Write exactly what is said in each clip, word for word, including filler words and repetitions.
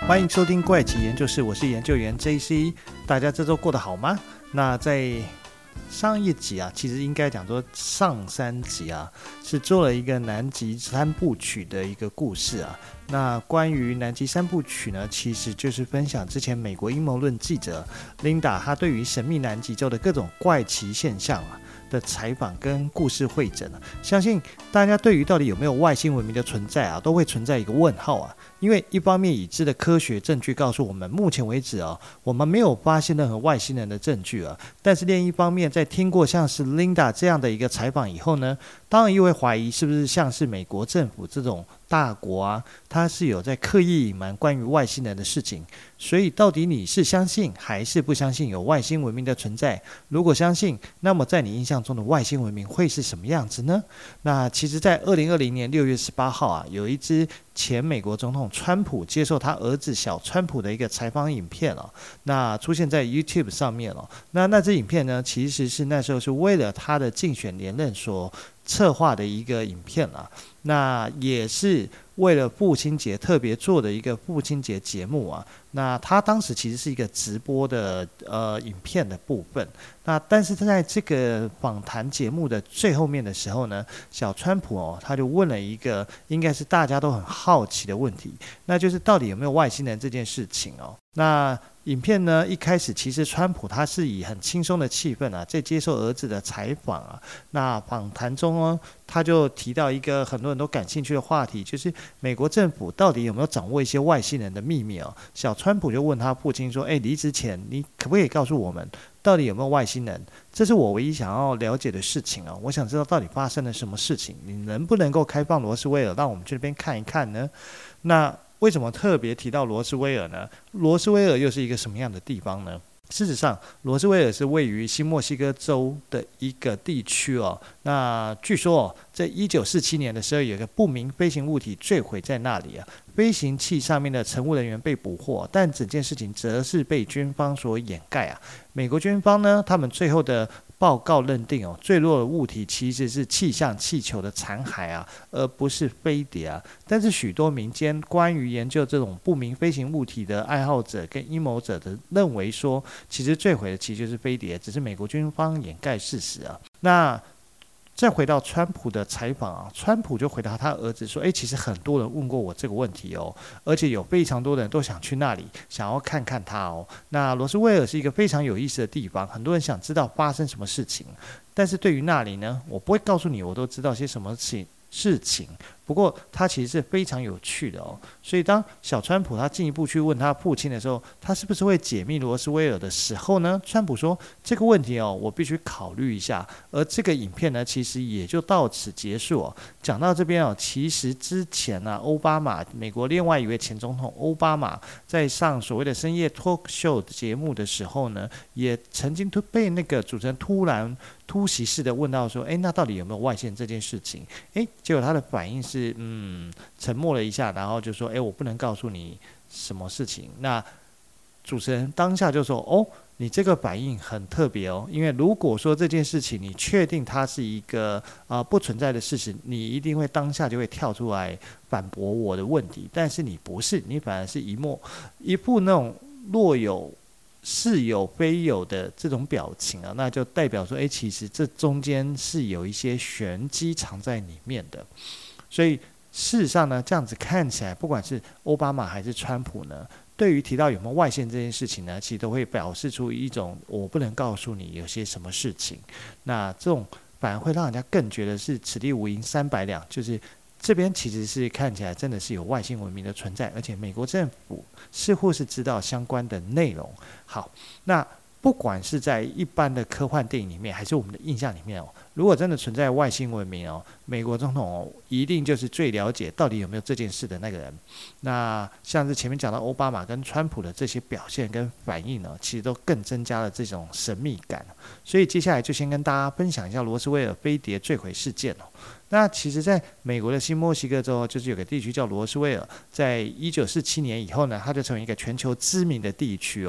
欢迎收听怪奇研究室，我是研究员 J C。 大家这周过得好吗？那在上一集啊，其实应该讲说上三集啊，是做了一个南极三部曲的一个故事啊。那关于南极三部曲呢，其实就是分享之前美国阴谋论记者 Linda 她对于神秘南极洲的各种怪奇现象啊的采访跟故事汇整啊，相信大家对于到底有没有外星文明的存在啊，都会存在一个问号啊。因为一方面已知的科学证据告诉我们，目前为止啊，我们没有发现任何外星人的证据啊。但是另一方面，在听过像是 Linda 这样的一个采访以后呢，当然又会怀疑是不是像是美国政府这种大国啊，它是有在刻意隐瞒关于外星人的事情。所以到底你是相信还是不相信有外星文明的存在？如果相信，那么在你印象中的外星文明会是什么样子呢？那其实在二零二零年六月十八号啊，有一支前美国总统川普接受他儿子小川普的一个采访影片哦，那出现在 YouTube 上面哦。那那支影片呢，其实是那时候是为了他的竞选连任所策划的一个影片啦。那也是为了父亲节特别做的一个父亲节节目啊。那他当时其实是一个直播的呃影片的部分。那但是在这个访谈节目的最后面的时候呢，小川普哦他就问了一个应该是大家都很好奇的问题，那就是到底有没有外星人这件事情哦。那影片呢一开始其实川普他是以很轻松的气氛啊在接受儿子的采访啊。那访谈中哦他就提到一个很多人都感兴趣的话题，就是美国政府到底有没有掌握一些外星人的秘密哦。小川普就问他父亲说，哎，离职前你可不可以告诉我们到底有没有外星人？这是我唯一想要了解的事情哦。我想知道到底发生了什么事情，你能不能够开放罗斯威尔让我们去那边看一看呢？那为什么特别提到罗斯威尔呢？罗斯威尔又是一个什么样的地方呢？事实上，罗斯威尔是位于新墨西哥州的一个地区哦。那据说哦，在一九四七年的时候，有一个不明飞行物体坠毁在那里啊。飞行器上面的乘务人员被捕获，但整件事情则是被军方所掩盖啊。美国军方呢，他们最后的报告认定哦，坠落的物体其实是气象气球的残骸啊，而不是飞碟啊。但是许多民间关于研究这种不明飞行物体的爱好者跟阴谋者的认为说，其实坠毁的其实就是飞碟，只是美国军方掩盖事实啊。那再回到川普的采访啊，川普就回答他儿子说：“哎，其实很多人问过我这个问题哦，而且有非常多人都想去那里，想要看看他哦。那罗斯威尔是一个非常有意思的地方，很多人想知道发生什么事情，但是对于那里呢，我不会告诉你我都知道些什么事事情。不过他其实是非常有趣的哦。所以当小川普他进一步去问他父亲的时候，他是不是会解密罗斯威尔的时候呢，川普说这个问题哦，我必须考虑一下。而这个影片呢，其实也就到此结束哦。讲到这边哦，其实之前呢、啊，奥巴马美国另外一位前总统奥巴马在上所谓的深夜 talk show 节目的时候呢，也曾经被那个主持人突然突袭式的问到说，哎，那到底有没有外线这件事情？哎，结果他的反应是。嗯，沉默了一下，然后就说：“哎，我不能告诉你什么事情。”那主持人当下就说：“哦，你这个反应很特别哦，因为如果说这件事情你确定它是一个啊、呃、不存在的事实，你一定会当下就会跳出来反驳我的问题。但是你不是，你反而是一默一副那种若有似有非有的这种表情啊，那就代表说，哎，其实这中间是有一些玄机藏在里面的。”所以事实上呢，这样子看起来，不管是奥巴马还是川普呢，对于提到有没有外线这件事情呢，其实都会表示出一种我不能告诉你有些什么事情。那这种反而会让人家更觉得是此地无银三百两，就是这边其实是看起来真的是有外星文明的存在，而且美国政府似乎是知道相关的内容。好，那不管是在一般的科幻电影里面，还是我们的印象里面哦，如果真的存在外星文明哦，美国总统哦，一定就是最了解到底有没有这件事的那个人。那像是前面讲到奥巴马跟川普的这些表现跟反应呢，其实都更增加了这种神秘感。所以接下来就先跟大家分享一下罗斯威尔飞碟坠毁事件哦。那其实在美国的新墨西哥州，就是有个地区叫罗斯威尔，在一九四七年以后呢，它就成为一个全球知名的地区哦。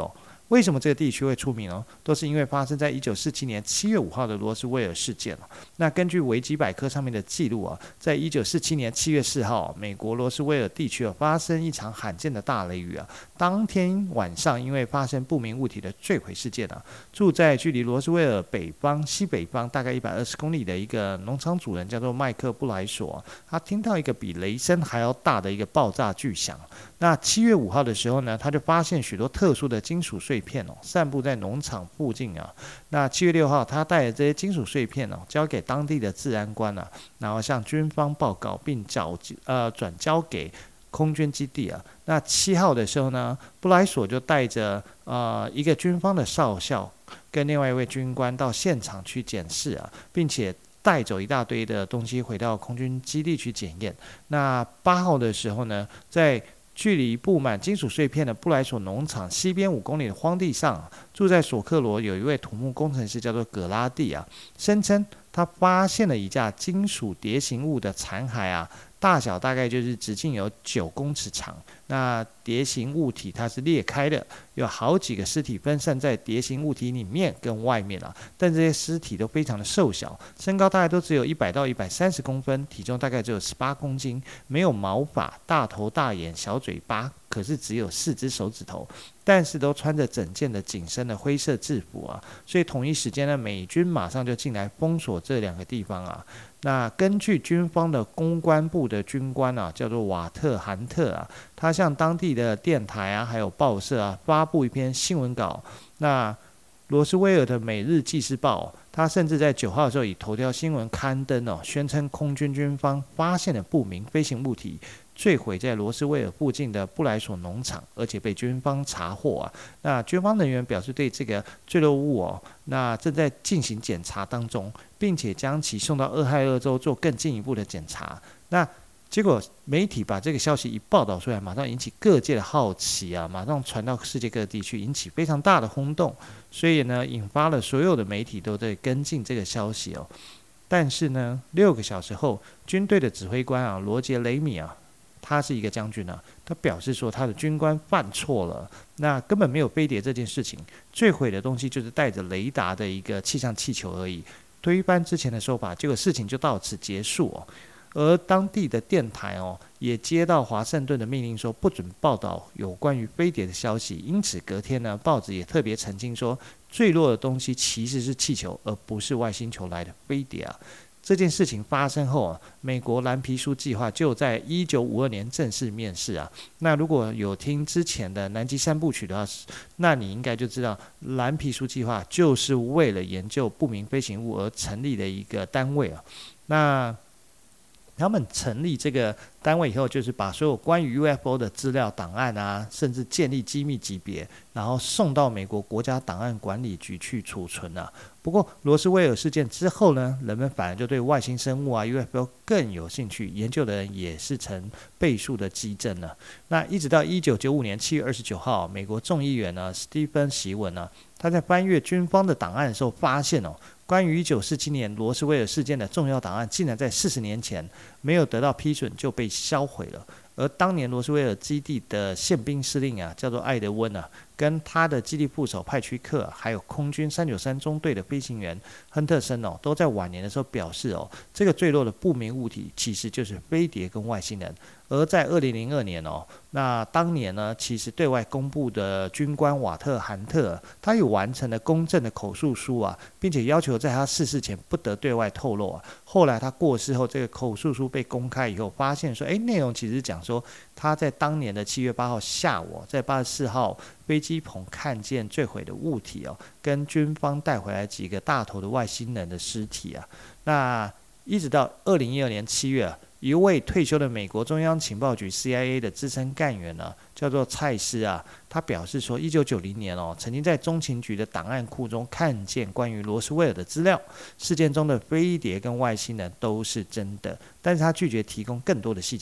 为什么这个地区会出名呢？都是因为发生在一九四七年七月五号的罗斯威尔事件。那根据维基百科上面的记录啊，在一九四七年七月四号，美国罗斯威尔地区发生一场罕见的大雷雨啊。当天晚上，因为发生不明物体的坠毁事件啊，住在距离罗斯威尔北方西北方大概一百二十公里的一个农场主人叫做麦克布莱索，他听到一个比雷声还要大的一个爆炸巨响。那七月五号的时候呢，他就发现许多特殊的金属碎片哦，散布在农场附近啊。那七月六号，他带着这些金属碎片哦，交给当地的治安官啊，然后向军方报告，并交呃转交给空军基地啊。那七号的时候呢，布莱索就带着呃一个军方的少校跟另外一位军官到现场去检视啊，并且带走一大堆的东西回到空军基地去检验。那八号的时候呢，在距离布满金属碎片的布莱索农场西边五公里的荒地上，住在索克罗有一位土木工程师叫做葛拉蒂啊，声称他发现了一架金属蝶形物的残骸啊，大小大概就是直径有九公尺长。那蝶形物体它是裂开的，有好几个尸体分散在蝶形物体里面跟外面啊，但这些尸体都非常的瘦小，身高大概都只有一百到一百三十公分，体重大概只有十八公斤，没有毛发，大头大眼小嘴巴，可是只有四只手指头，但是都穿着整件的紧身的灰色制服啊，所以同一时间呢，美军马上就进来封锁这两个地方啊。那根据军方的公关部的军官啊，叫做瓦特韩特啊，他向当地的电台啊，还有报社啊，发布一篇新闻稿。那罗斯威尔的《每日纪事报》哦，他甚至在九号的时候以头条新闻刊登哦，宣称空军军方发现了不明飞行物体坠毁在罗斯威尔附近的布莱索农场，而且被军方查获啊。那军方人员表示对这个坠落物哦，那正在进行检查当中，并且将其送到俄亥俄州做更进一步的检查。那结果媒体把这个消息一报道出来，马上引起各界的好奇啊，马上传到世界各地去，引起非常大的轰动。所以呢，引发了所有的媒体都在跟进这个消息哦。但是呢，六个小时后，军队的指挥官啊，罗杰雷米啊，他是一个将军啊，他表示说他的军官犯错了，那根本没有飞碟这件事情，坠毁的东西就是带着雷达的一个气象气球而已，推翻之前的说法，结果事情就到此结束哦。而当地的电台哦，也接到华盛顿的命令说不准报道有关于飞碟的消息，因此隔天呢，报纸也特别澄清说，坠落的东西其实是气球，而不是外星球来的飞碟啊。这件事情发生后啊，美国蓝皮书计划就在一九五二年正式面世啊。那如果有听之前的南极三部曲的话，那你应该就知道蓝皮书计划就是为了研究不明飞行物而成立的一个单位啊。那他们成立这个单位以后，就是把所有关于 U F O 的资料档案啊，甚至建立机密级别，然后送到美国国家档案管理局去储存啊。不过罗斯威尔事件之后呢，人们反而就对外星生物啊 U F O 更有兴趣，研究的人也是呈倍数的激增了。那一直到一九九五年七月二十九号，美国众议员呢史蒂芬·席文呢，他在翻阅军方的档案的时候发现哦，关于一九四七年罗斯威尔事件的重要档案，竟然在四十年前没有得到批准就被销毁了。而当年罗斯威尔基地的宪兵司令啊，叫做艾德温啊，跟他的基地副手派屈克、啊，还有空军三九三中队的飞行员亨特森哦，都在晚年的时候表示哦，这个坠落的不明物体其实就是飞碟跟外星人。而在二零零二年哦，那当年呢，其实对外公布的军官瓦特韩特，他有完成了公正的口述书啊，并且要求在他逝世前不得对外透露啊。后来他过世后，这个口述书被公开以后，发现说，哎，内容其实讲说他在当年的七月八号下午，在八十四号飞机棚看见坠毁的物体哦，跟军方带回来几个大头的外星人的尸体啊。那一直到二零一二年七月啊，一位退休的美国中央情报局 C I A 的资深干员呢，叫做蔡斯啊，他表示说，一九九零年哦，曾经在中情局的档案库中看见关于罗斯威尔的资料，事件中的飞碟跟外星人都是真的，但是他拒绝提供更多的细节。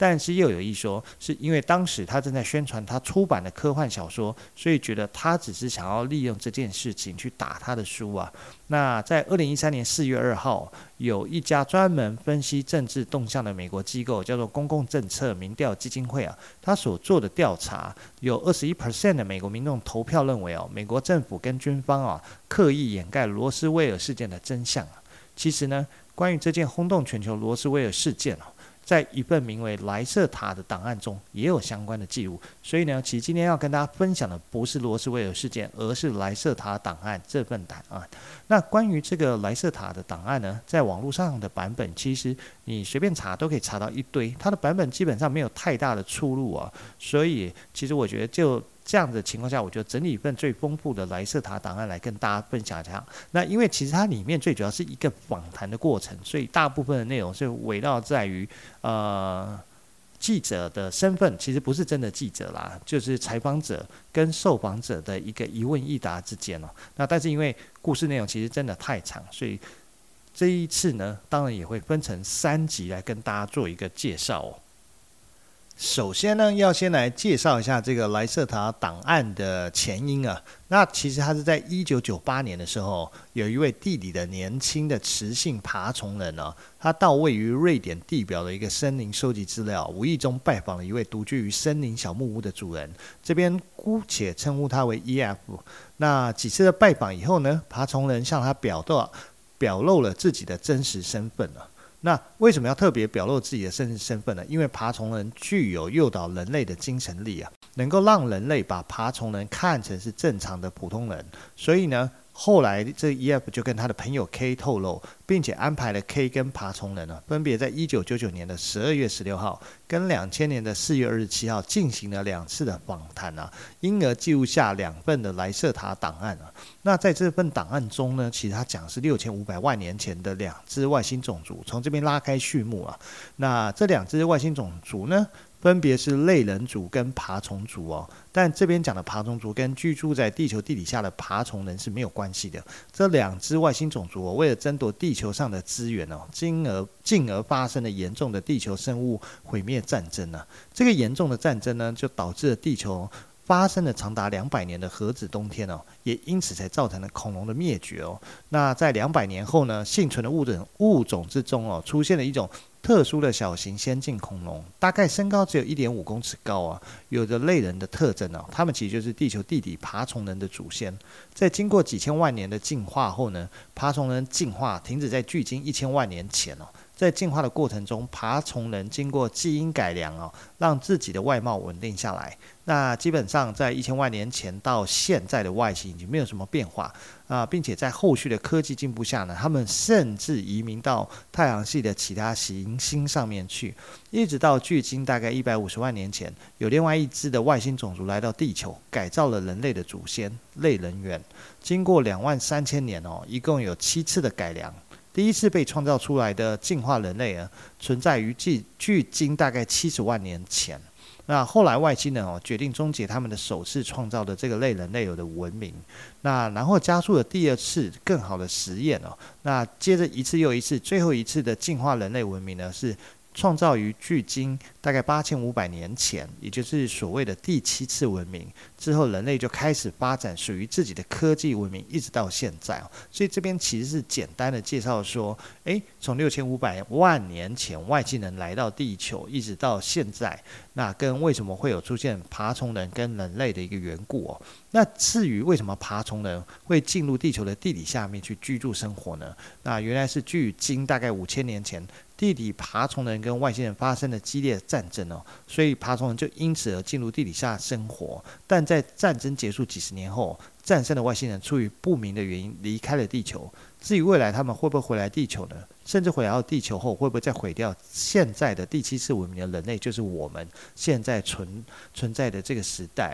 但是又有一说，是因为当时他正在宣传他出版的科幻小说，所以觉得他只是想要利用这件事情去打他的书啊。那在二零一三年四月二号，有一家专门分析政治动向的美国机构，叫做公共政策民调基金会啊，他所做的调查，有 百分之二十一 的美国民众投票认为哦，美国政府跟军方啊刻意掩盖罗斯威尔事件的真相啊。其实呢，关于这件轰动全球罗斯威尔事件哦，在一份名为莱瑟塔的档案中也有相关的记录，所以呢，其实今天要跟大家分享的不是罗斯威尔事件，而是莱瑟塔档案这份档案。那关于这个莱瑟塔的档案呢，在网络上的版本，其实你随便查都可以查到一堆，它的版本基本上没有太大的出入啊，所以其实我觉得就这样的情况下，我就整理一份最丰富的莱瑟塔档案来跟大家分享一下。那因为其实它里面最主要是一个访谈的过程，所以大部分的内容是围绕在于呃记者的身份，其实不是真的记者啦，就是采访者跟受访者的一个一问一答之间哦。那但是因为故事内容其实真的太长，所以这一次呢，当然也会分成三集来跟大家做一个介绍哦。首先呢，要先来介绍一下这个莱瑟塔档案的前因啊。那其实他是在一九九八年的时候，有一位地理的年轻的雌性爬虫人呢、啊，他到位于瑞典地表的一个森林收集资料，无意中拜访了一位独居于森林小木屋的主人，这边姑且称呼他为 E F。那几次的拜访以后呢，爬虫人向他表露表露了自己的真实身份啊。那为什么要特别表露自己的真实身份呢？因为爬虫人具有诱导人类的精神力啊，能够让人类把爬虫人看成是正常的普通人。所以呢，后来这 E F 就跟他的朋友 K 透露，并且安排了 K 跟爬虫人呢，分别在一九九九年的十二月十六号跟两千年的四月二十七号进行了两次的访谈啊，因而记录下两份的莱瑟塔档案啊。那在这份档案中呢，其实他讲是六千五百万年前的两只外星种族，从这边拉开序幕啊。那这两只外星种族呢，分别是类人族跟爬虫族哦，但这边讲的爬虫族跟居住在地球地底下的爬虫人是没有关系的。这两只外星种族哦，为了争夺地球上的资源哦，进而进而发生了严重的地球生物毁灭战争啊。这个严重的战争呢，就导致了地球发生了长达两百年的核子冬天哦，也因此才造成了恐龙的灭绝哦。那在两百年后呢，幸存的物种物种之中哦，出现了一种特殊的小型先进恐龙，大概身高只有 一点五公尺高啊，有着类人的特征哦。它们其实就是地球地底爬虫人的祖先。在经过几千万年的进化后呢，爬虫人进化停止在距今一千万年前哦。在进化的过程中，爬虫人经过基因改良哦，让自己的外貌稳定下来。那基本上在一千万年前到现在的外形已经没有什么变化啊、呃，并且在后续的科技进步下呢，他们甚至移民到太阳系的其他行星上面去，一直到距今大概一百五十万年前，有另外一支的外星种族来到地球，改造了人类的祖先类人猿。经过两万三千年哦，一共有七次的改良。第一次被创造出来的进化人类啊，存在于距距今大概七十万年前。那后来外星人哦决定终结他们的首次创造的这个类人类有的文明，那然后加速了第二次更好的实验哦。那接着一次又一次，最后一次的进化人类文明呢是创造于距今大概八千五百年前，也就是所谓的第七次文明之后，人类就开始发展属于自己的科技文明，一直到现在哦。所以这边其实是简单的介绍说，诶，从六千五百万年前外星人来到地球，一直到现在，那跟为什么会有出现爬虫人跟人类的一个缘故哦。那至于为什么爬虫人会进入地球的地底下面去居住生活呢？那原来是距今大概五千年前，地底爬虫人跟外星人发生了激烈的战争哦，所以爬虫人就因此而进入地底下生活。但在战争结束几十年后，战胜的外星人出于不明的原因离开了地球。至于未来他们会不会回来地球呢？甚至回来到地球后会不会再毁掉现在的第七次文明的人类，就是我们现在存存在的这个时代哦。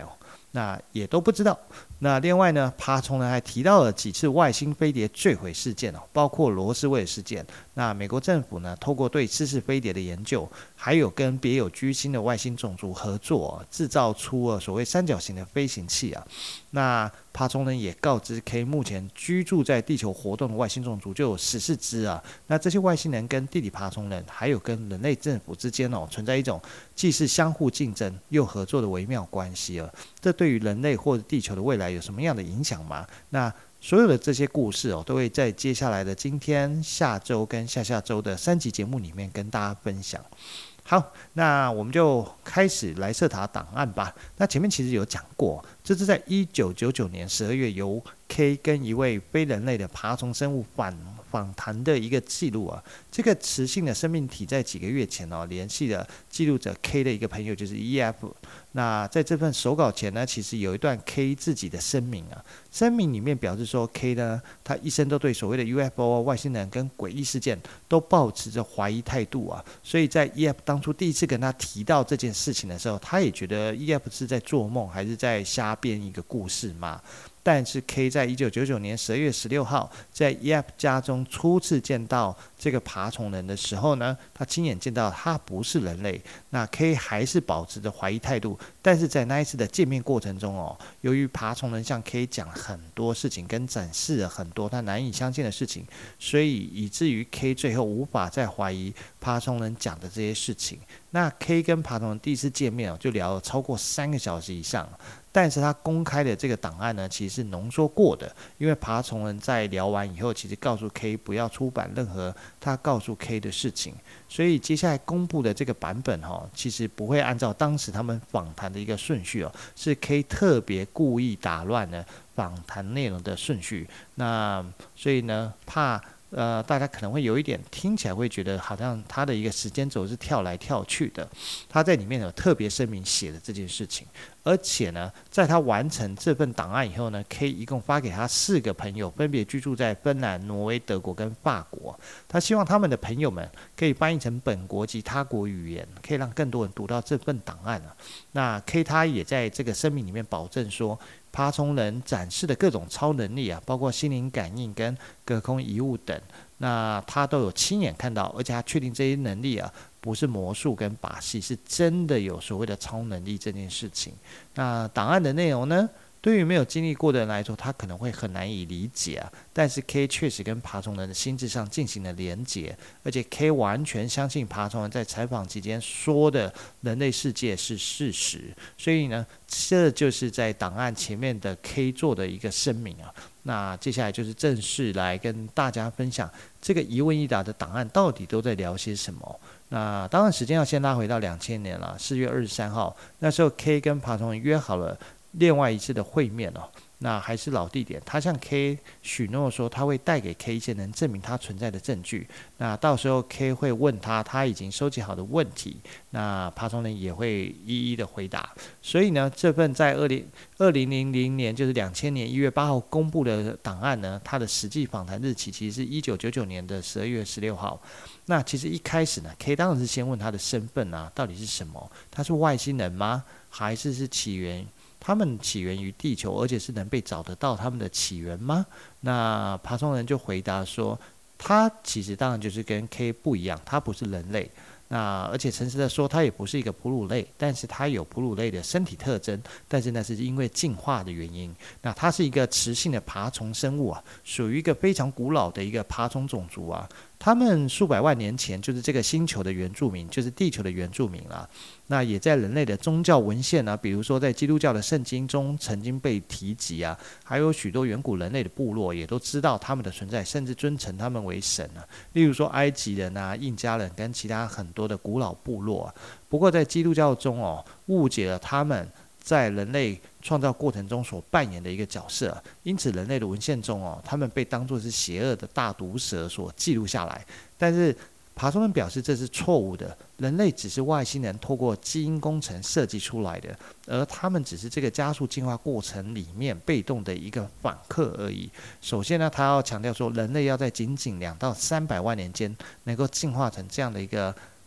那也都不知道。那另外呢，爬虫人还提到了几次外星飞碟坠毁事件哦，包括罗斯威尔事件。那美国政府呢，透过对失事飞碟的研究，还有跟别有居心的外星种族合作，制造出了所谓三角形的飞行器啊。那爬虫人也告知 K， 目前居住在地球活动的外星种族就有十四只啊。那这些外星人跟地理爬虫人，还有跟人类政府之间哦，存在一种既是相互竞争又合作的微妙关系啊。这对于人类或者地球的未来有什么样的影响吗？那所有的这些故事哦，都会在接下来的今天、下周跟下下周的三集节目里面跟大家分享。好，那我们就开始莱瑟塔档案吧。那前面其实有讲过，这是在一九九九年十二月由 K 跟一位非人类的爬虫生物访访谈的一个记录啊。这个雌性的生命体在几个月前哦，联系了记录者 K 的一个朋友，就是 E F。那在这份手稿前呢，其实有一段 K 自己的声明啊，声明里面表示说 K 呢，他一生都对所谓的 U F O 外星人跟诡异事件都抱持着怀疑态度啊，所以在 E F 当初第一次跟他提到这件事情的时候，他也觉得 E F 是在做梦还是在瞎编一个故事嘛。但是 K 在一九九九年十二月十六号在 E F 家中初次见到这个爬虫人的时候呢，他亲眼见到他不是人类。那 K 还是保持着怀疑态度，但是在那一次的见面过程中哦，由于爬虫人向 K 讲了很多事情，跟展示了很多他难以相信的事情，所以以至于 K 最后无法再怀疑爬虫人讲的这些事情。那 K 跟爬虫人第一次见面哦，就聊了超过三个小时以上。但是他公开的这个档案呢，其实是浓缩过的，因为爬虫人在聊完以后，其实告诉 K 不要出版任何他告诉 K 的事情，所以接下来公布的这个版本哈、哦，其实不会按照当时他们访谈的一个顺序哦，是 K 特别故意打乱了访谈内容的顺序。那所以呢，怕。呃，大家可能会有一点听起来会觉得好像他的一个时间轴是跳来跳去的，他在里面有特别声明写了这件事情，而且呢，在他完成这份档案以后呢 ，K 一共发给他四个朋友，分别居住在芬兰、挪威、德国跟法国。他希望他们的朋友们可以翻译成本国及他国语言，可以让更多人读到这份档案啊。那 K 他也在这个声明里面保证说，爬虫人展示的各种超能力啊，包括心灵感应跟隔空移物等，那他都有亲眼看到，而且他确定这些能力啊不是魔术跟把戏，是真的有所谓的超能力这件事情。那档案的内容呢，对于没有经历过的人来说，他可能会很难以理解啊。但是 K 确实跟爬虫人的心智上进行了连结，而且 K 完全相信爬虫人在采访期间说的人类世界是事实。所以呢，这就是在档案前面的 K 做的一个声明啊。那接下来就是正式来跟大家分享这个一问一答的档案到底都在聊些什么。那当然时间要先拉回到两千年了，四月二十三号，那时候 K 跟爬虫人约好了另外一次的会面哦。那还是老地点，他向 K 许诺说他会带给 K 一些能证明他存在的证据。那到时候 K 会问他他已经收集好的问题，那爬虫人也会一一的回答。所以呢，这份在二零二零零零年，就是两千年一月八号公布的档案呢，它的实际访谈日期其实是一九九九年的十二月十六号。那其实一开始呢 ，K 当然是先问他的身份啊，到底是什么？他是外星人吗？还是是起源？他们起源于地球，而且是能被找得到他们的起源吗？那爬虫人就回答说，他其实当然就是跟 K 不一样，他不是人类。那而且诚实的说，他也不是一个哺乳类，但是他有哺乳类的身体特征，但是那是因为进化的原因。那它是一个雌性的爬虫生物啊，属于一个非常古老的一个爬虫种族啊。他们数百万年前就是这个星球的原住民，就是地球的原住民啦。那也在人类的宗教文献啊，比如说在基督教的圣经中曾经被提及啊，还有许多远古人类的部落也都知道他们的存在，甚至尊称他们为神啊。例如说埃及人啊、印加人跟其他很多的古老部落啊。不过在基督教中哦，误解了他们在人类创造过程中所扮演的一个角色，因此人类的文献中哦，他们被当作是邪恶的大毒蛇所记录下来。但是爬虫人表示这是错误的，人类只是外星人透过基因工程设计出来的，而他们只是这个加速进化过程里面被动的一个访客而已。首先呢，他要强调说，人类要在仅仅两到三百万年间能够进化成这样的一个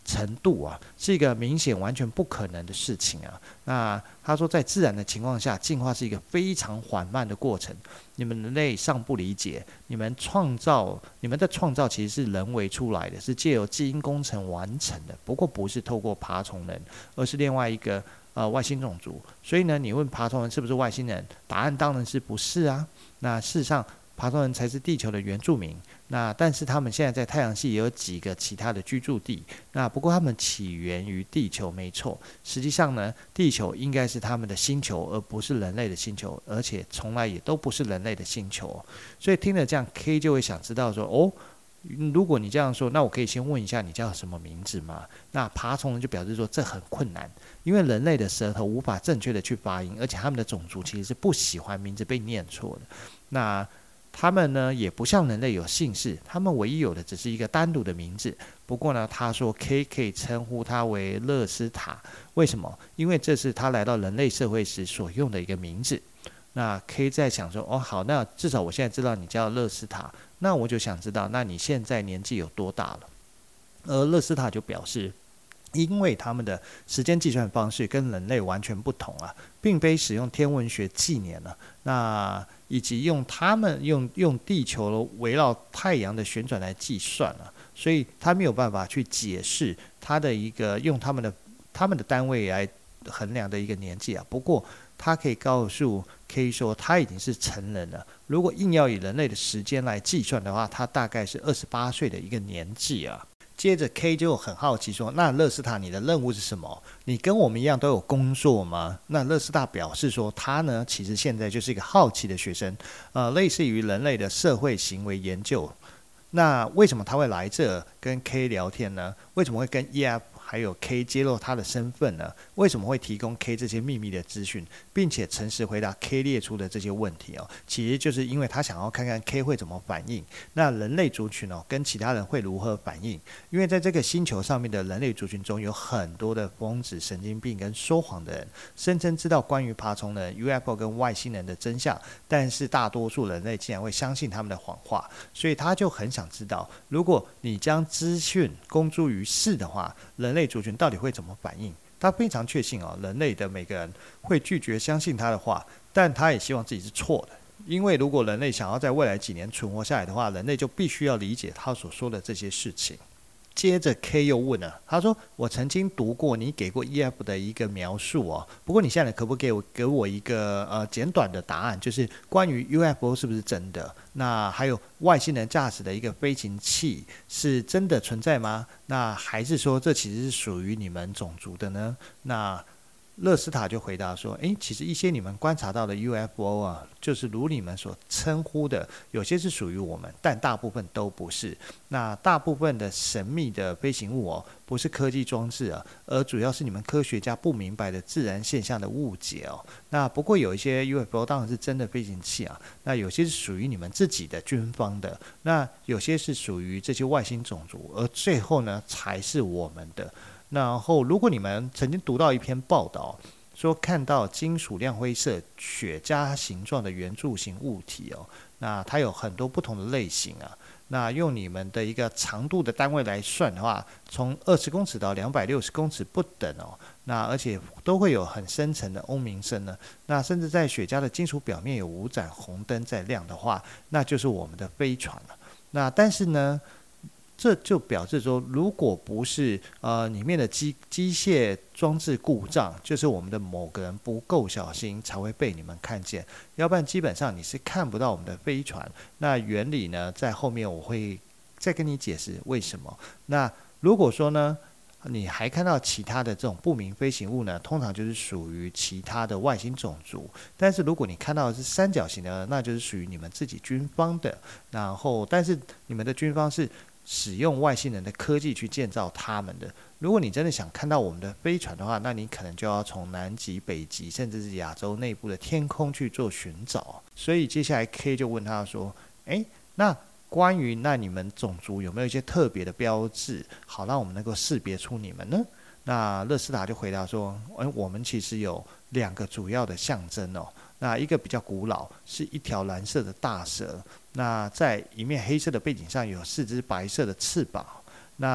程度啊，是一个明显完全不可能的事情啊。那他说，在自然的情况下，进化是一个非常缓慢的过程。你们人类尚不理解，你们创造，你们的创造其实是人为出来的，是借由基因工程完成的。不过不是透过爬虫人，而是另外一个呃外星种族。所以呢，你问爬虫人是不是外星人？答案当然是不是啊。那事实上，爬虫人才是地球的原住民。那但是他们现在在太阳系也有几个其他的居住地，那不过他们起源于地球没错，实际上呢，地球应该是他们的星球，而不是人类的星球，而且从来也都不是人类的星球。所以听了这样 ，K 就会想知道说，哦，如果你这样说，那我可以先问一下你叫什么名字吗？那爬虫人就表示说这很困难，因为人类的舌头无法正确的去发音，而且他们的种族其实是不喜欢名字被念错的。那他们呢也不像人类有姓氏，他们唯一有的只是一个单独的名字。不过呢，他说 K 可以称呼他为勒斯塔，为什么？因为这是他来到人类社会时所用的一个名字。那 K 在想说，哦好，那至少我现在知道你叫勒斯塔，那我就想知道，那你现在年纪有多大了？而勒斯塔就表示，因为他们的时间计算方式跟人类完全不同啊，并非使用天文学纪年了，那以及用他们用用地球围绕太阳的旋转来计算了，所以他没有办法去解释他的一个用他们的他们的单位来衡量的一个年纪啊。不过他可以告诉 K 说他已经是成人了，如果硬要以人类的时间来计算的话，他大概是二十八岁的一个年纪啊。接着 K 就很好奇说，那勒斯塔你的任务是什么？你跟我们一样都有工作吗？那勒斯塔表示说，他呢其实现在就是一个好奇的学生，呃，类似于人类的社会行为研究。那为什么他会来这跟 K 聊天呢？为什么会跟 E F还有 K 揭露他的身份呢？为什么会提供 K 这些秘密的资讯，并且诚实回答 K 列出的这些问题哦？其实就是因为他想要看看 K 会怎么反应，那人类族群哦跟其他人会如何反应？因为在这个星球上面的人类族群中，有很多的疯子、神经病跟说谎的人，声称知道关于爬虫人、U F O 跟外星人的真相，但是大多数人类竟然会相信他们的谎话，所以他就很想知道，如果你将资讯公诸于世的话，人类族群到底会怎么反应？他非常确信哦，人类的每个人会拒绝相信他的话，但他也希望自己是错的，因为如果人类想要在未来几年存活下来的话，人类就必须要理解他所说的这些事情。接着 K 又问了，他说：“我曾经读过你给过 E F 的一个描述哦，不过你现在可不可以给我给我一个呃简短的答案，就是关于 U F O 是不是真的？那还有外星人驾驶的一个飞行器是真的存在吗？那还是说这其实是属于你们种族的呢？”那勒斯塔就回答说：“诶，其实一些你们观察到的 U F O 啊，就是如你们所称呼的，有些是属于我们，但大部分都不是。那大部分的神秘的飞行物哦，不是科技装置啊，而主要是你们科学家不明白的自然现象的误解哦。那不过有一些 U F O 当然是真的飞行器啊，那有些是属于你们自己的军方的，那有些是属于这些外星种族，而最后呢，才是我们的。”然后，如果你们曾经读到一篇报道，说看到金属亮灰色、雪茄形状的圆柱形物体哦，那它有很多不同的类型啊。那用你们的一个长度的单位来算的话，从二十公尺到两百六十公尺不等哦。那而且都会有很深层的嗡鸣声呢。那甚至在雪茄的金属表面有五盏红灯在亮的话，那就是我们的飞船了。那但是呢？这就表示说，如果不是呃里面的机机械装置故障，就是我们的某个人不够小心才会被你们看见，要不然基本上你是看不到我们的飞船。那原理呢，在后面我会再跟你解释为什么。那如果说呢，你还看到其他的这种不明飞行物呢，通常就是属于其他的外星种族。但是如果你看到的是三角形的，那就是属于你们自己军方的。然后，但是你们的军方是使用外星人的科技去建造他们的。如果你真的想看到我们的飞船的话，那你可能就要从南极、北极，甚至是亚洲内部的天空去做寻找。所以接下来 K 就问他说：“诶，那关于那你们种族有没有一些特别的标志，好让我们能够识别出你们呢？”那勒斯塔就回答说：“诶，我们其实有两个主要的象征哦。那一个比较古老，是一条蓝色的大蛇。那在一面黑色的背景上有四只白色的翅膀。那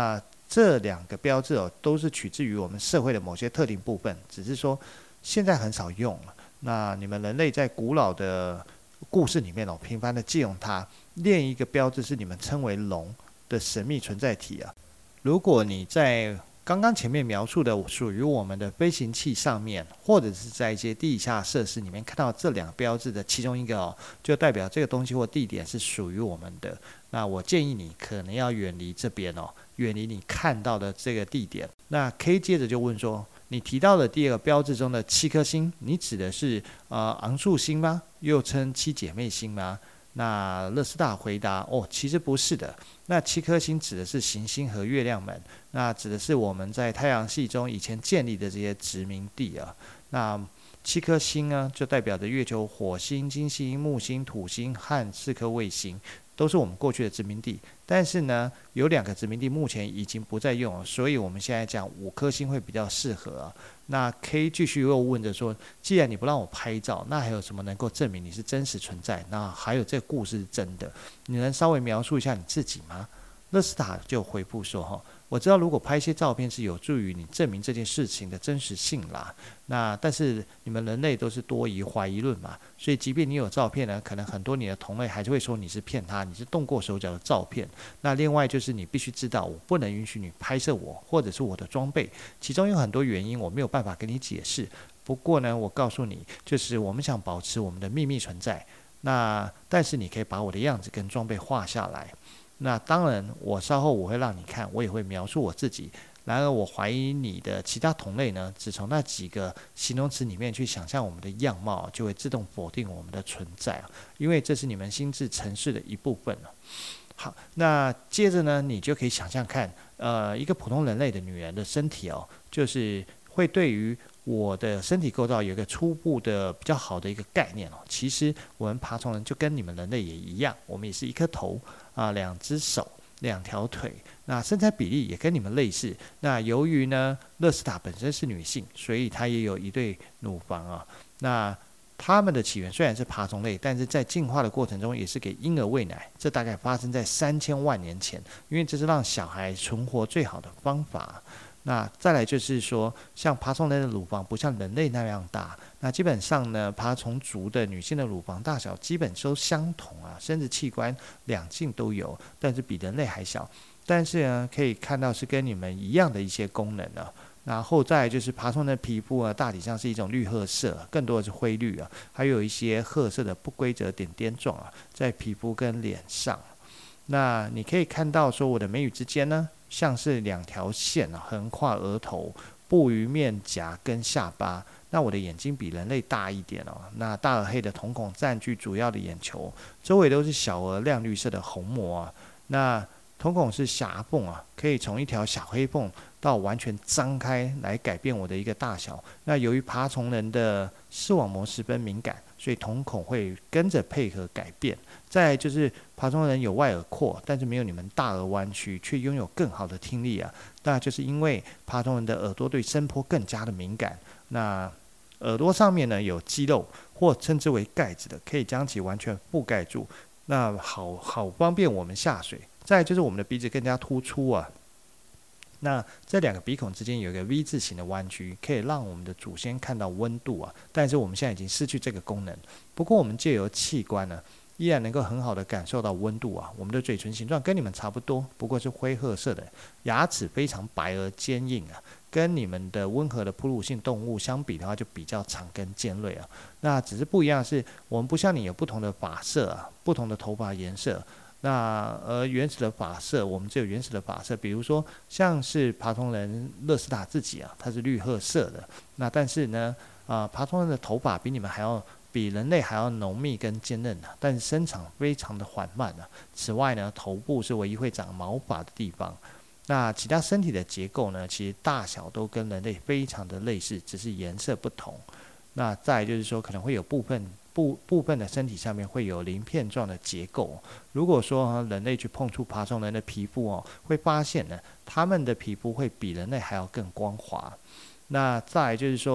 这两个标志哦，都是取自于我们社会的某些特定部分，只是说现在很少用了。那你们人类在古老的故事里面哦，频繁的借用它。另一个标志是你们称为龙的神秘存在体啊。如果你在刚刚前面描述的属于我们的飞行器上面，或者是在一些地下设施里面看到这两个标志的其中一个哦，就代表这个东西或地点是属于我们的。那我建议你可能要远离这边哦，远离你看到的这个地点。那 K 接着就问说，你提到的第二个标志中的七颗星，你指的是呃昂宿星吗？又称七姐妹星吗？那勒斯塔回答，哦，其实不是的。那七颗星指的是行星和月亮们，那指的是我们在太阳系中以前建立的这些殖民地啊。那七颗星呢，就代表着月球、火星、金星、木星、土星和四颗卫星，都是我们过去的殖民地。但是呢，有两个殖民地目前已经不再用了，所以我们现在讲五颗星会比较适合啊。那 K 继续又问着说，既然你不让我拍照，那还有什么能够证明你是真实存在？那还有这个故事是真的，你能稍微描述一下你自己吗？勒斯塔就回复说，哈，我知道如果拍一些照片是有助于你证明这件事情的真实性啦。那但是你们人类都是多疑怀疑论嘛，所以即便你有照片呢，可能很多你的同类还是会说你是骗他，你是动过手脚的照片。那另外就是你必须知道，我不能允许你拍摄我或者是我的装备，其中有很多原因我没有办法跟你解释。不过呢，我告诉你，就是我们想保持我们的秘密存在。那但是你可以把我的样子跟装备画下来。那当然，我稍后我会让你看，我也会描述我自己。然而，我怀疑你的其他同类呢，只从那几个形容词里面去想象我们的样貌，就会自动否定我们的存在啊，因为这是你们心智程式的一部分了。好，那接着呢，你就可以想象看，呃，一个普通人类的女人的身体哦，就是会对于我的身体构造有一个初步的比较好的一个概念哦。其实我们爬虫人就跟你们人类也一样，我们也是一颗头啊，两只手，两条腿。那身材比例也跟你们类似。那由于呢，勒斯塔本身是女性，所以她也有一对乳房啊。那它们的起源虽然是爬虫类，但是在进化的过程中也是给婴儿喂奶。这大概发生在三千万年前，因为这是让小孩存活最好的方法。那再来就是说，像爬虫人的乳房不像人类那样大，那基本上呢，爬虫族的女性的乳房大小基本都相同啊，生殖器官两性都有，但是比人类还小。但是呢，可以看到是跟你们一样的一些功能啊。然后再来就是爬虫人的皮肤啊，大体上是一种绿褐色，更多的是灰绿啊，还有一些褐色的不规则点点状啊，在皮肤跟脸上。那你可以看到说，我的眉宇之间呢，像是两条线啊，横跨额头，布于面颊跟下巴。那我的眼睛比人类大一点哦。那大而黑的瞳孔占据主要的眼球，周围都是小而亮绿色的虹膜啊。那瞳孔是狭缝啊，可以从一条小黑缝到完全张开来改变我的一个大小。那由于爬虫人的视网膜十分敏感，所以瞳孔会跟着配合改变。再来就是爬虫人有外耳廓，但是没有你们大而弯曲，却拥有更好的听力啊。那就是因为爬虫人的耳朵对声波更加的敏感。那耳朵上面呢有肌肉，或称之为盖子的，可以将其完全覆盖住。那好好方便我们下水。再来就是我们的鼻子更加突出啊。那这两个鼻孔之间有一个 V 字形的弯曲，可以让我们的祖先看到温度啊。但是我们现在已经失去这个功能。不过我们借由器官呢，依然能够很好的感受到温度啊。我们的嘴唇形状跟你们差不多，不过是灰褐色的，牙齿非常白而坚硬啊。跟你们的温和的哺乳性动物相比的话，就比较长跟尖锐啊。那只是不一样的是，我们不像你有不同的发色啊，不同的头发颜色。那而原始的发色，我们只有原始的发色，比如说像是爬虫人勒斯塔自己啊，它是绿褐色的。那但是呢，啊、呃，爬虫人的头发比你们还要比人类还要浓密跟坚韧啊，但是生长非常的缓慢啊。此外呢，头部是唯一会长毛发的地方。那其他身体的结构呢，其实大小都跟人类非常的类似，只是颜色不同。那再来就是说，可能会有部分部部分的身体上面会有鳞片状的结构。如果说人类去碰触爬虫人的皮肤哦，会发现呢，他们的皮肤会比人类还要更光滑。那再来就是说，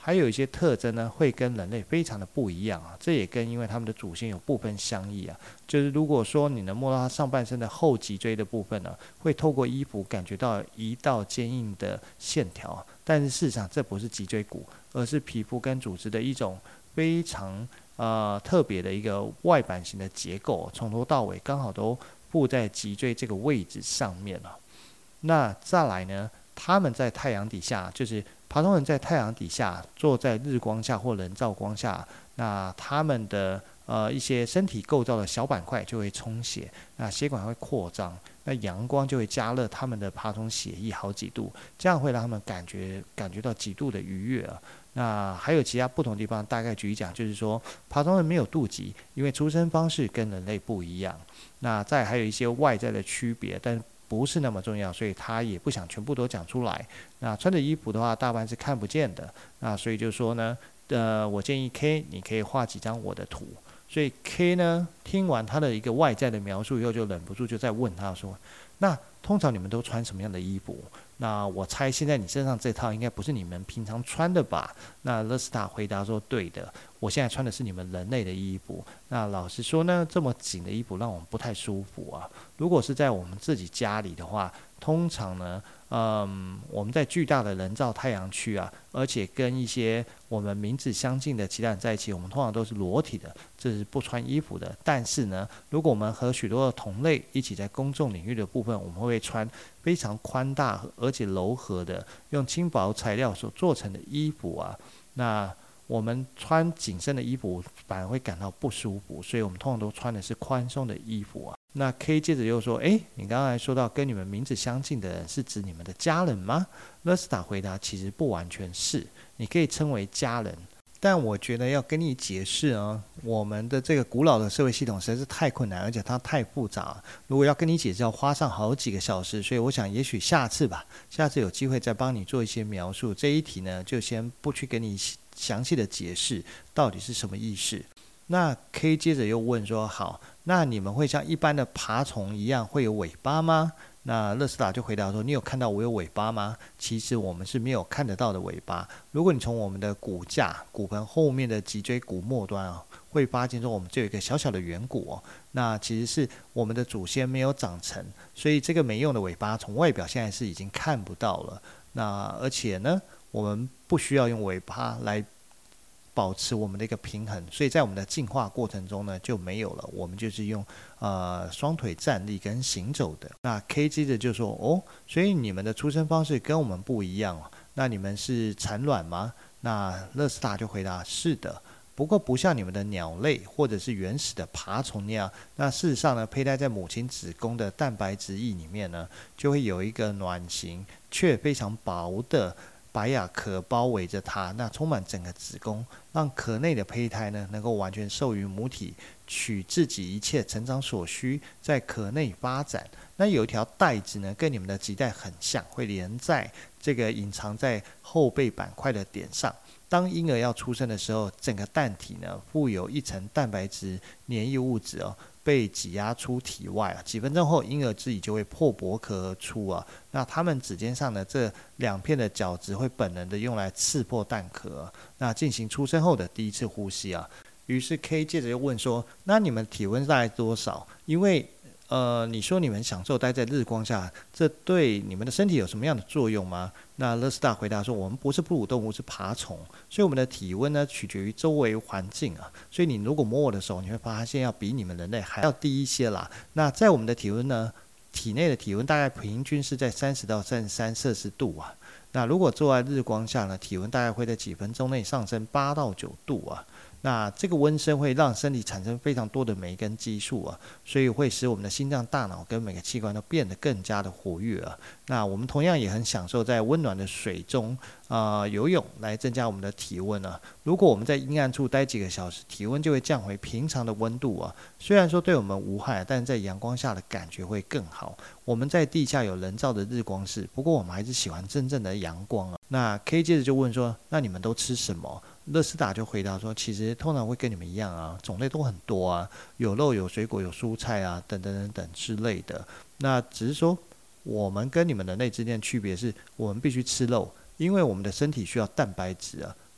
还有一些特征呢，会跟人类非常的不一样啊。这也跟因为他们的祖先有部分相异啊。就是如果说你能摸到它上半身的后脊椎的部分呢，会透过衣服感觉到一道坚硬的线条，但是事实上这不是脊椎骨，而是皮肤跟组织的一种非常呃特别的一个外板型的结构，从头到尾刚好都布在脊椎这个位置上面了。那再来呢，他们在太阳底下，就是爬虫人在太阳底下坐在日光下或人造光下，那他们的呃一些身体构造的小板块就会充血，那血管会扩张，那阳光就会加热他们的爬虫血液好几度，这样会让他们感觉感觉到极度的愉悦啊。那还有其他不同地方，大概举一讲，就是说爬虫人没有肚脐，因为出生方式跟人类不一样。那再还有一些外在的区别，但不是那么重要，所以他也不想全部都讲出来。那穿着衣服的话，大半是看不见的。那所以就说呢，呃，我建议 K 你可以画几张我的图。所以 K 呢，听完他的一个外在的描述以后，就忍不住就在问他说：“那通常你们都穿什么样的衣服？那我猜现在你身上这套应该不是你们平常穿的吧？”那勒斯塔回答说：“对的，我现在穿的是你们人类的衣服。那老实说呢，这么紧的衣服让我们不太舒服啊。如果是在我们自己家里的话，通常呢，嗯，我们在巨大的人造太阳区啊，而且跟一些我们名字相近的其他人在一起，我们通常都是裸体的，这是不穿衣服的。但是呢，如果我们和许多的同类一起在公众领域的部分，我们会穿非常宽大而且柔和的，用轻薄材料所做成的衣服啊。那我们穿紧身的衣服反而会感到不舒服，所以我们通常都穿的是宽松的衣服啊。那 K 接着又说：“诶，你刚才说到跟你们名字相近的人是指你们的家人吗？”勒斯塔回答：“其实不完全是，你可以称为家人。但我觉得要跟你解释啊，我们的这个古老的社会系统实在是太困难，而且它太复杂。如果要跟你解释，要花上好几个小时。所以我想，也许下次吧，下次有机会再帮你做一些描述。这一题呢，就先不去给你详细的解释到底是什么意思。”那 K 接着又问说：“好，那你们会像一般的爬虫一样会有尾巴吗？”那勒斯塔就回答说：“你有看到我有尾巴吗？其实我们是没有看得到的尾巴。如果你从我们的骨架、骨盆后面的脊椎骨末端啊，会发现说我们就有一个小小的圆骨哦。那其实是我们的祖先没有长成，所以这个没用的尾巴从外表现在是已经看不到了。那而且呢，我们不需要用尾巴来保持我们的一个平衡，所以在我们的进化过程中呢就没有了，我们就是用呃双腿站立跟行走的。那 K 接着就说：“哦，所以你们的出生方式跟我们不一样哦，那你们是产卵吗？”那勒斯塔就回答：“是的，不过不像你们的鸟类或者是原始的爬虫那样，那事实上呢，胚胎在母亲子宫的蛋白质液里面呢，就会有一个卵形却非常薄的白亚壳包围着它，那充满整个子宫，让壳内的胚胎呢能够完全受于母体，取自己一切成长所需，在壳内发展。那有一条带子呢，跟你们的脐带很像，会连在这个隐藏在后背板块的点上。当婴儿要出生的时候，整个蛋体呢附有一层蛋白质粘液物质哦，被挤压出体外啊，几分钟后，婴儿自己就会破薄壳而出啊。那他们指尖上的这两片的角质会本能的用来刺破蛋壳，那进行出生后的第一次呼吸啊。于是 K 接着又问说：“那你们体温大概多少？因为呃，你说你们享受待在日光下，这对你们的身体有什么样的作用吗？”那勒斯塔回答说：“我们不是哺乳动物，是爬虫，所以我们的体温呢取决于周围环境啊。所以你如果摸我的手，你会发现要比你们人类还要低一些啦。那在我们的体温呢，体内的体温大概平均是在三十到三十三摄氏度啊。那如果坐在日光下呢，体温大概会在几分钟内上升八到九度啊。那这个温升会让身体产生非常多的酶跟激素啊，所以会使我们的心脏、大脑跟每个器官都变得更加的活跃啊。那我们同样也很享受在温暖的水中啊、呃、游泳来增加我们的体温啊。如果我们在阴暗处待几个小时，体温就会降回平常的温度啊。虽然说对我们无害，但是在阳光下的感觉会更好。我们在地下有人造的日光室，不过我们还是喜欢真正的阳光啊。那 K 接着就问说：“那你们都吃什么？”勒斯塔就回答说：“其实通常会跟你们一样啊，种类都很多啊，有肉、有水果、有蔬菜啊，等等等等之类的。那只是说，我们跟你们人类之间的区别是，我们必须吃肉，因为我们的身体需要蛋白质啊。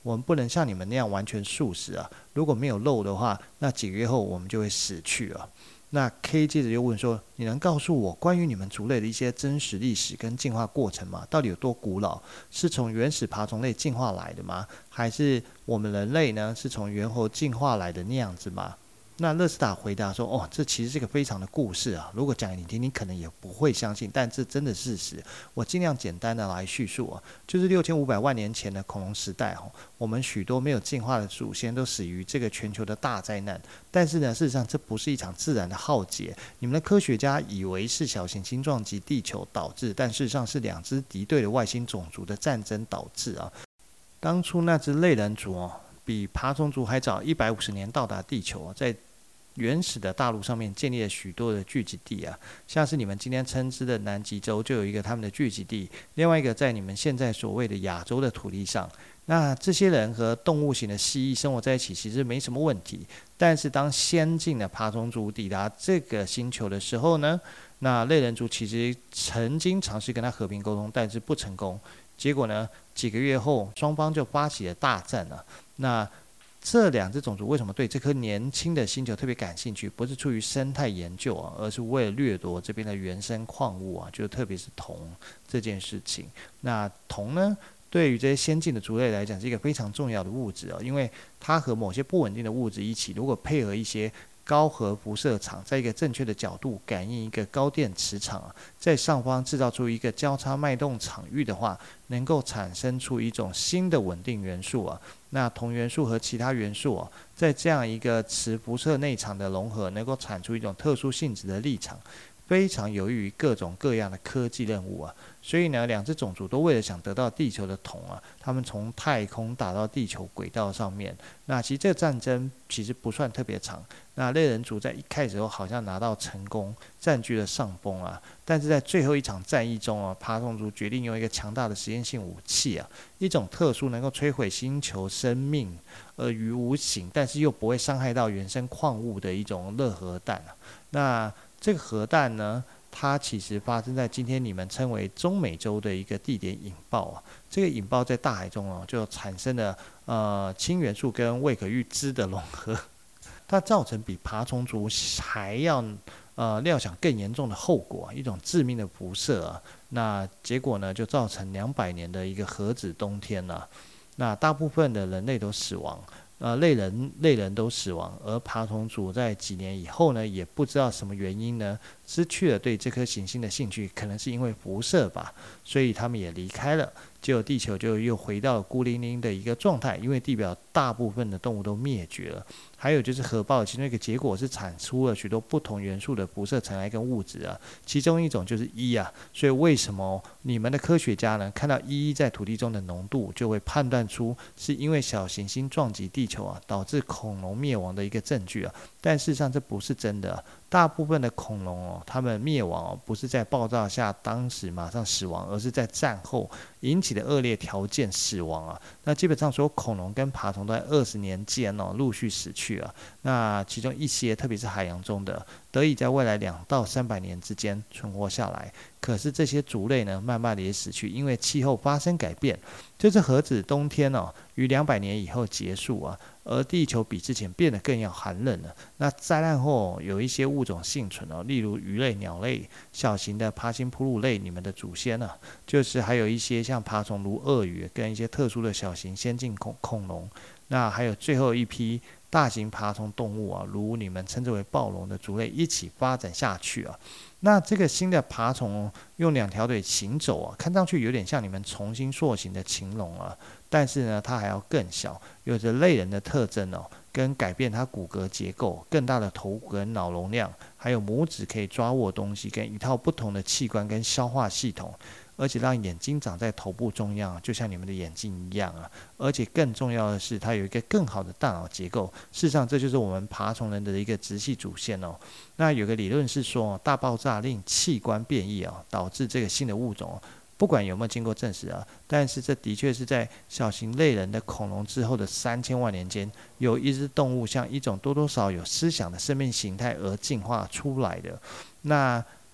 我们不能像你们那样完全素食啊，如果没有肉的话，那几个月后我们就会死去了。那 K 接着又问说，你能告诉我关于你们族类的一些真实历史跟进化过程吗？到底有多古老？是从原始爬虫类进化来的吗？还是我们人类呢是从猿猴进化来的那样子吗？那勒斯塔回答说，哦，这其实是一个非常的故事啊，如果讲给你听，你可能也不会相信，但这真的是事实。我尽量简单的来叙述啊，就是六千五百万年前的恐龙时代哦，我们许多没有进化的祖先都死于这个全球的大灾难。但是呢，事实上这不是一场自然的浩劫，你们的科学家以为是小行星撞击地球导致，但事实上是两支敌对的外星种族的战争导致啊。当初那只类人族哦，比爬虫族还早一百五十年到达地球，在原始的大陆上面建立了许多的聚集地啊，像是你们今天称之的南极洲就有一个他们的聚集地，另外一个在你们现在所谓的亚洲的土地上。那这些人和动物型的蜥蜴生活在一起其实没什么问题，但是当先进的爬虫族抵达这个星球的时候呢，那类人族其实曾经尝试跟他和平沟通，但是不成功。结果呢，几个月后双方就发起了大战了。那这两只种族为什么对这颗年轻的星球特别感兴趣？不是出于生态研究啊，而是为了掠夺这边的原生矿物啊，就特别是铜这件事情。那铜呢，对于这些先进的族类来讲是一个非常重要的物质啊，因为它和某些不稳定的物质一起，如果配合一些高核辐射场，在一个正确的角度感应一个高电磁场啊，在上方制造出一个交叉脉动场域的话，能够产生出一种新的稳定元素啊。那铜元素和其他元素啊，在这样一个磁辐射内场的融合，能够产出一种特殊性质的立场，非常有益于各种各样的科技任务啊。所以呢，两只种族都为了想得到地球的铜啊，他们从太空打到地球轨道上面。那其实这个战争其实不算特别长。那类人族在一开始后好像拿到成功，占据了上风啊。但是在最后一场战役中啊，爬虫族决定用一个强大的实验性武器啊，一种特殊能够摧毁星球生命而于无形，但是又不会伤害到原生矿物的一种热核弹啊。那这个核弹呢，它其实发生在今天你们称为中美洲的一个地点引爆啊。这个引爆在大海中哦，就产生了呃氢元素跟未可预知的融合，它造成比爬虫族还要呃料想更严重的后果，一种致命的辐射啊。那结果呢，就造成两百年的一个核子冬天啊。那大部分的人类都死亡。呃，类人类人都死亡，而爬虫族在几年以后呢，也不知道什么原因呢，失去了对这颗行星的兴趣，可能是因为辐射吧，所以他们也离开了。结果地球就又回到了孤零零的一个状态，因为地表大部分的动物都灭绝了。还有就是核爆其中一个结果是产出了许多不同元素的辐射尘埃跟物质啊，其中一种就是一啊。所以为什么你们的科学家呢，看到一在土地中的浓度，就会判断出是因为小行星撞击地球啊，导致恐龙灭亡的一个证据啊？但事实上这不是真的啊。大部分的恐龙哦，它们灭亡哦，不是在爆炸下当时马上死亡，而是在战后引起的恶劣条件死亡啊。那基本上所有恐龙跟爬虫都在二十年间哦陆续死去啊。那其中一些，特别是海洋中的，得以在未来两到三百年之间存活下来。可是这些族类呢，慢慢的也死去，因为气候发生改变。就是核子冬天哦，于两百年以后结束啊。而地球比之前变得更要寒冷了。那灾难后有一些物种幸存哦，例如鱼类、鸟类、小型的爬行哺乳类，你们的祖先呢、啊，就是还有一些像爬虫如鳄鱼跟一些特殊的小型先进恐恐龙。那还有最后一批大型爬虫动物啊，如你们称之为暴龙的族类一起发展下去啊。那这个新的爬虫、哦、用两条腿行走啊，看上去有点像你们重新塑形的禽龙啊，但是呢，它还要更小，有着类人的特征哦，跟改变它骨骼结构、更大的头骨跟脑容量，还有拇指可以抓握东西，跟一套不同的器官跟消化系统。而且让眼睛长在头部中央，就像你们的眼睛一样啊！而且更重要的是，它有一个更好的大脑结构。事实上，这就是我们爬虫人的一个直系祖先哦。那有个理论是说，大爆炸令器官变异啊，导致这个新的物种，不管有没有经过证实啊，但是这的确是在小型类人的恐龙之后的三千万年间，有一只动物像一种多多少有思想的生命形态而进化出来的。那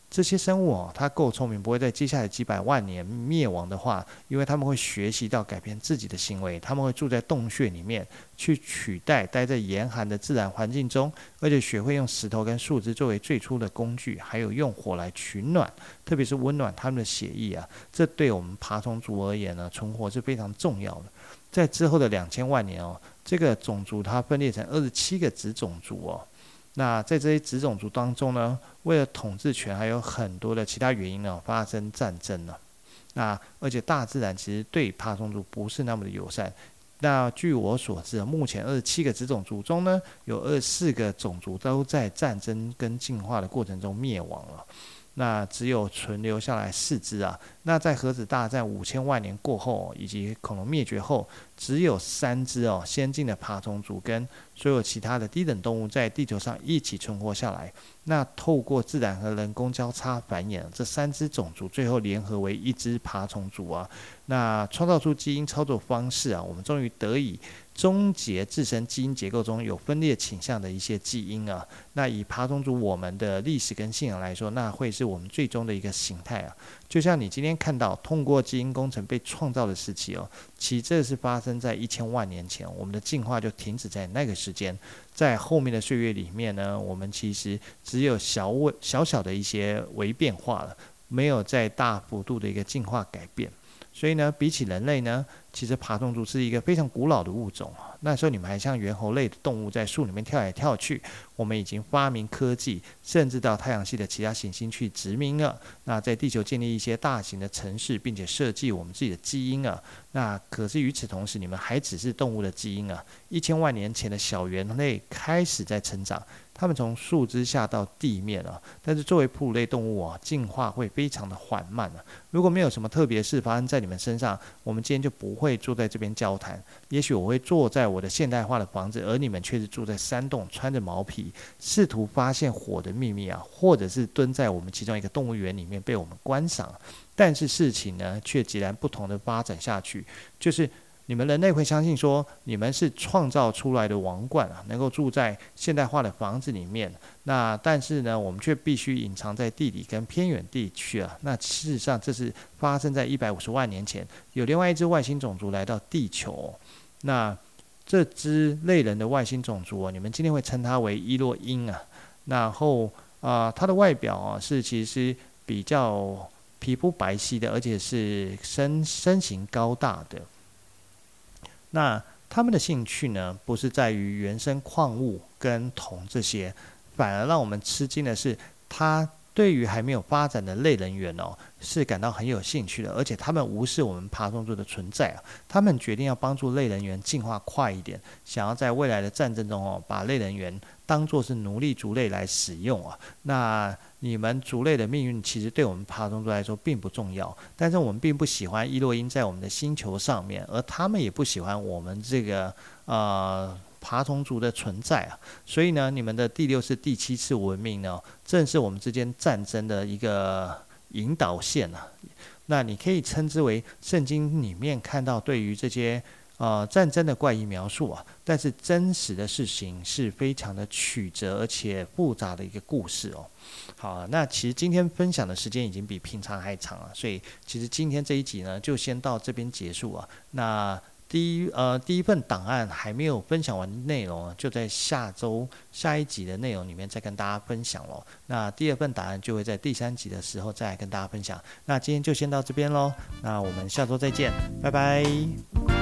这些生物哦，它够聪明，不会在接下来几百万年灭亡的话，因为他们会学习到改变自己的行为，他们会住在洞穴里面，去取代待在严寒的自然环境中，而且学会用石头跟树枝作为最初的工具，还有用火来取暖，特别是温暖他们的血液啊，这对我们爬虫族而言呢，存活是非常重要的。在之后的两千万年哦，这个种族它分裂成二十七个子种族哦。那在这些子种族当中呢，为了统治权，还有很多的其他原因呢，发生战争了。那而且大自然其实对爬虫族不是那么的友善。那据我所知，目前二十七个子种族中呢，有二十四个种族都在战争跟进化的过程中灭亡了。那只有存留下来四只啊。那在核子大战五千万年过后，以及恐龙灭绝后，只有三只哦先进的爬虫族跟所有其他的低等动物在地球上一起存活下来。那透过自然和人工交叉繁衍，这三只种族最后联合为一只爬虫族啊。那创造出基因操作方式啊，我们终于得以终结自身基因结构中有分裂倾向的一些基因啊。那以爬虫族我们的历史跟信仰来说，那会是我们最终的一个形态啊。就像你今天看到通过基因工程被创造的时期哦，其实这是发生在一千万年前，我们的进化就停止在那个时间。在后面的岁月里面呢，我们其实只有小小小的一些微变化了，没有在大幅度的一个进化改变。所以呢，比起人类呢，其实爬虫族是一个非常古老的物种啊。那时候你们还像猿猴类的动物在树里面跳来跳去，我们已经发明科技，甚至到太阳系的其他行星去殖民了。那在地球建立一些大型的城市，并且设计我们自己的基因啊。那可是与此同时，你们还只是动物的基因啊。一千万年前的小猿类开始在成长，它们从树枝下到地面啊。但是作为哺乳类动物啊，进化会非常的缓慢啊。如果没有什么特别事发生在你们身上，我们今天就不会坐在这边交谈。也许我会坐在我的现代化的房子，而你们却是住在山洞，穿着毛皮，试图发现火的秘密啊，或者是蹲在我们其中一个动物园里面被我们观赏。但是事情呢，却截然不同的发展下去，就是你们人类会相信说，你们是创造出来的王冠啊，能够住在现代化的房子里面。那但是呢，我们却必须隐藏在地理跟偏远地区啊。那事实上，这是发生在一百五十万年前，有另外一只外星种族来到地球哦。那这只类人的外星种族哦，你们今天会称它为伊洛因啊。然后啊、呃，它的外表啊是其实比较皮肤白皙的，而且是身身形高大的。那他们的兴趣呢，不是在于原生矿物跟铜这些，反而让我们吃惊的是，他对于还没有发展的类人猿哦，是感到很有兴趣的，而且他们无视我们爬虫族的存在啊，他们决定要帮助类人猿进化快一点，想要在未来的战争中哦，把类人猿当作是奴隶族类来使用啊。那你们族类的命运其实对我们爬虫族来说并不重要，但是我们并不喜欢伊洛因在我们的星球上面，而他们也不喜欢我们这个呃爬虫族的存在啊。所以呢，你们的第六次、第七次文明呢，正是我们之间战争的一个引导线啊。那你可以称之为圣经里面看到对于这些呃战争的怪异描述啊，但是真实的事情是非常的曲折而且复杂的一个故事哦。好，那其实今天分享的时间已经比平常还长了，所以其实今天这一集呢就先到这边结束啊。那第一呃第一份档案还没有分享完的内容，就在下周下一集的内容里面再跟大家分享咯。那第二份档案就会在第三集的时候再来跟大家分享。那今天就先到这边咯，那我们下周再见，拜拜。